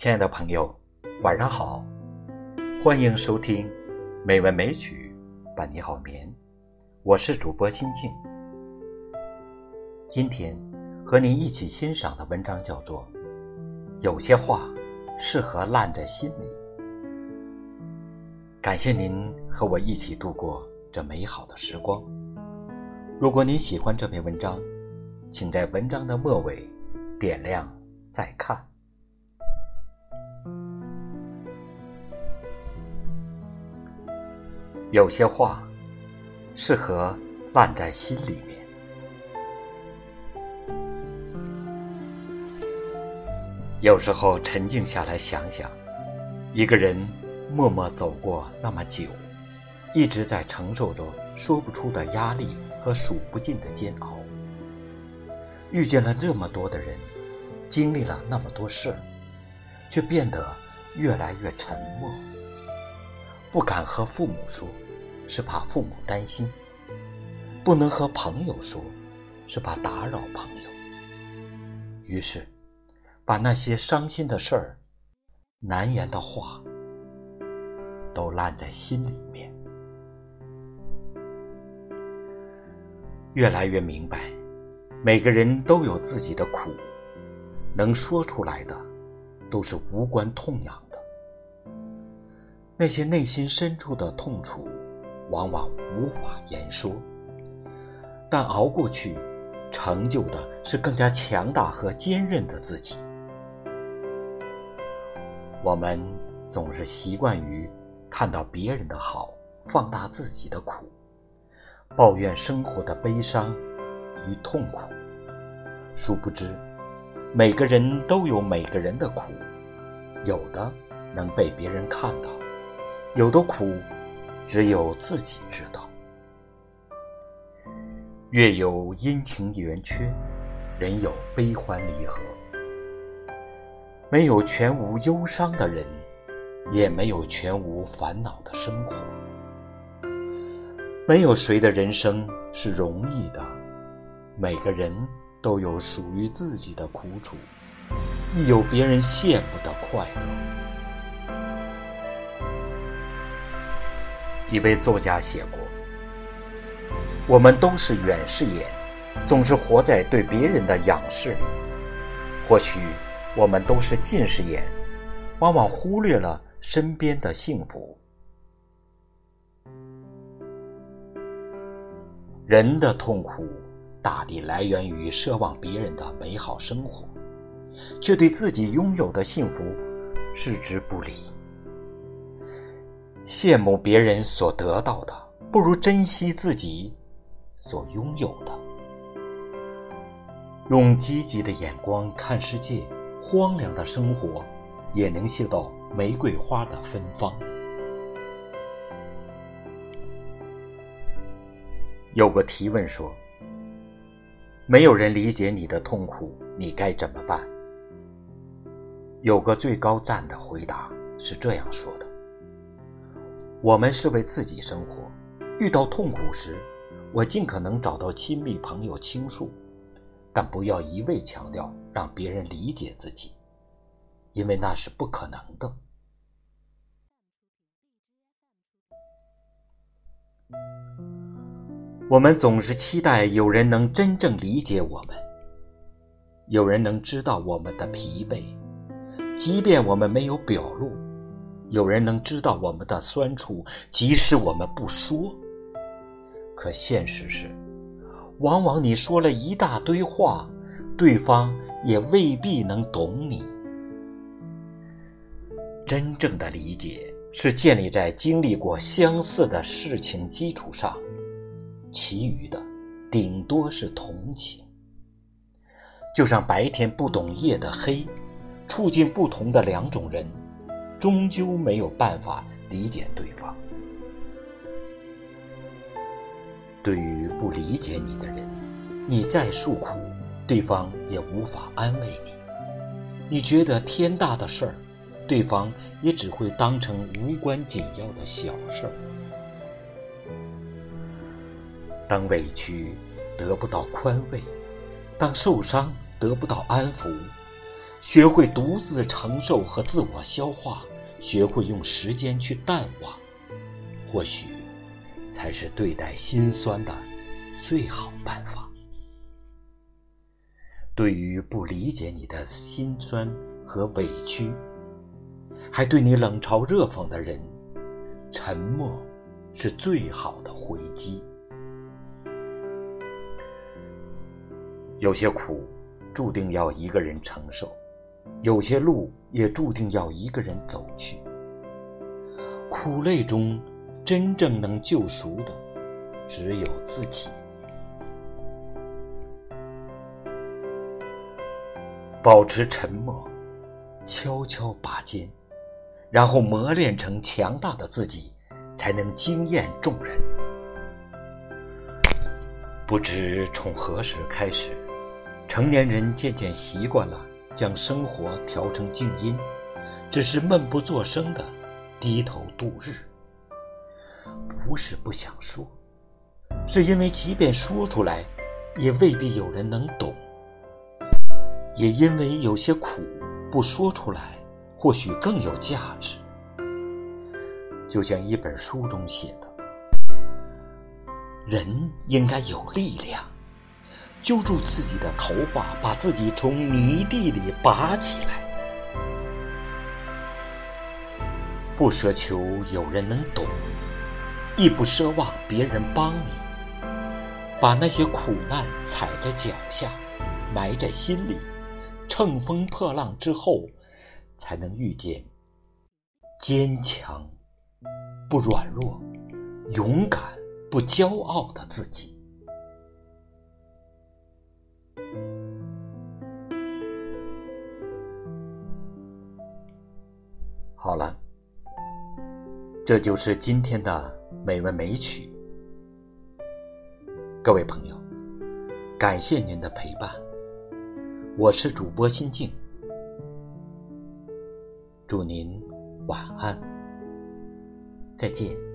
亲爱的朋友，晚上好，欢迎收听美文美曲伴你好眠，我是主播心静。今天和您一起欣赏的文章叫做有些话适合烂在心里。感谢您和我一起度过这美好的时光。如果您喜欢这篇文章，请在文章的末尾点亮再看。有些话适合烂在心里面。有时候沉静下来想想，一个人默默走过那么久，一直在承受着说不出的压力和数不尽的煎熬，遇见了那么多的人，经历了那么多事，却变得越来越沉默。不敢和父母说，是怕父母担心；不能和朋友说，是怕打扰朋友。于是把那些伤心的事儿、难言的话都烂在心里面。越来越明白，每个人都有自己的苦，能说出来的都是无关痛痒的。那些内心深处的痛楚往往无法言说，但熬过去成就的是更加强大和坚韧的自己。我们总是习惯于看到别人的好，放大自己的苦，抱怨生活的悲伤与痛苦。殊不知每个人都有每个人的苦，有的能被别人看到，有的苦只有自己知道。月有阴晴圆缺，人有悲欢离合。没有全无忧伤的人，也没有全无烦恼的生活。没有谁的人生是容易的，每个人都有属于自己的苦楚，亦有别人羡慕的快乐。一位作家写过，我们都是远视眼，总是活在对别人的仰视里。或许我们都是近视眼，往往忽略了身边的幸福。人的痛苦大抵来源于奢望别人的美好生活，却对自己拥有的幸福视之不理。羡慕别人所得到的，不如珍惜自己所拥有的。用积极的眼光看世界，荒凉的生活也能嗅到玫瑰花的芬芳。有个提问说，没有人理解你的痛苦，你该怎么办？有个最高赞的回答是这样说的，我们是为自己生活，遇到痛苦时，我尽可能找到亲密朋友倾诉，但不要一味强调让别人理解自己，因为那是不可能的。我们总是期待有人能真正理解我们，有人能知道我们的疲惫，即便我们没有表露，有人能知道我们的酸楚，即使我们不说。可现实是，往往你说了一大堆话，对方也未必能懂你。真正的理解是建立在经历过相似的事情基础上，其余的顶多是同情。就像白天不懂夜的黑，处境不同的两种人，终究没有办法理解对方。对于不理解你的人，你再诉苦，对方也无法安慰你。你觉得天大的事儿，对方也只会当成无关紧要的小事儿。当委屈得不到宽慰，当受伤得不到安抚， 学会独自承受和自我消化，学会用时间去淡忘，或许才是对待心酸的最好办法。对于不理解你的心酸和委屈，还对你冷嘲热讽的人，沉默是最好的回击。有些苦注定要一个人承受，有些路也注定要一个人走去。苦累中真正能救赎的只有自己。保持沉默，悄悄拔尖，然后磨练成强大的自己，才能惊艳众人。不知从何时开始，成年人渐渐习惯了将生活调成静音，只是闷不作声地低头度日。不是不想说，是因为即便说出来，也未必有人能懂。也因为有些苦不说出来，或许更有价值。就像一本书中写的，人应该有力量，揪住自己的头发，把自己从泥地里拔起来。不奢求有人能懂，亦不奢望别人帮你。把那些苦难踩在脚下，埋在心里，乘风破浪之后，才能遇见坚强不软弱、勇敢不骄傲的自己。好了，这就是今天的美文美曲。各位朋友，感谢您的陪伴，我是主播心静，祝您晚安，再见。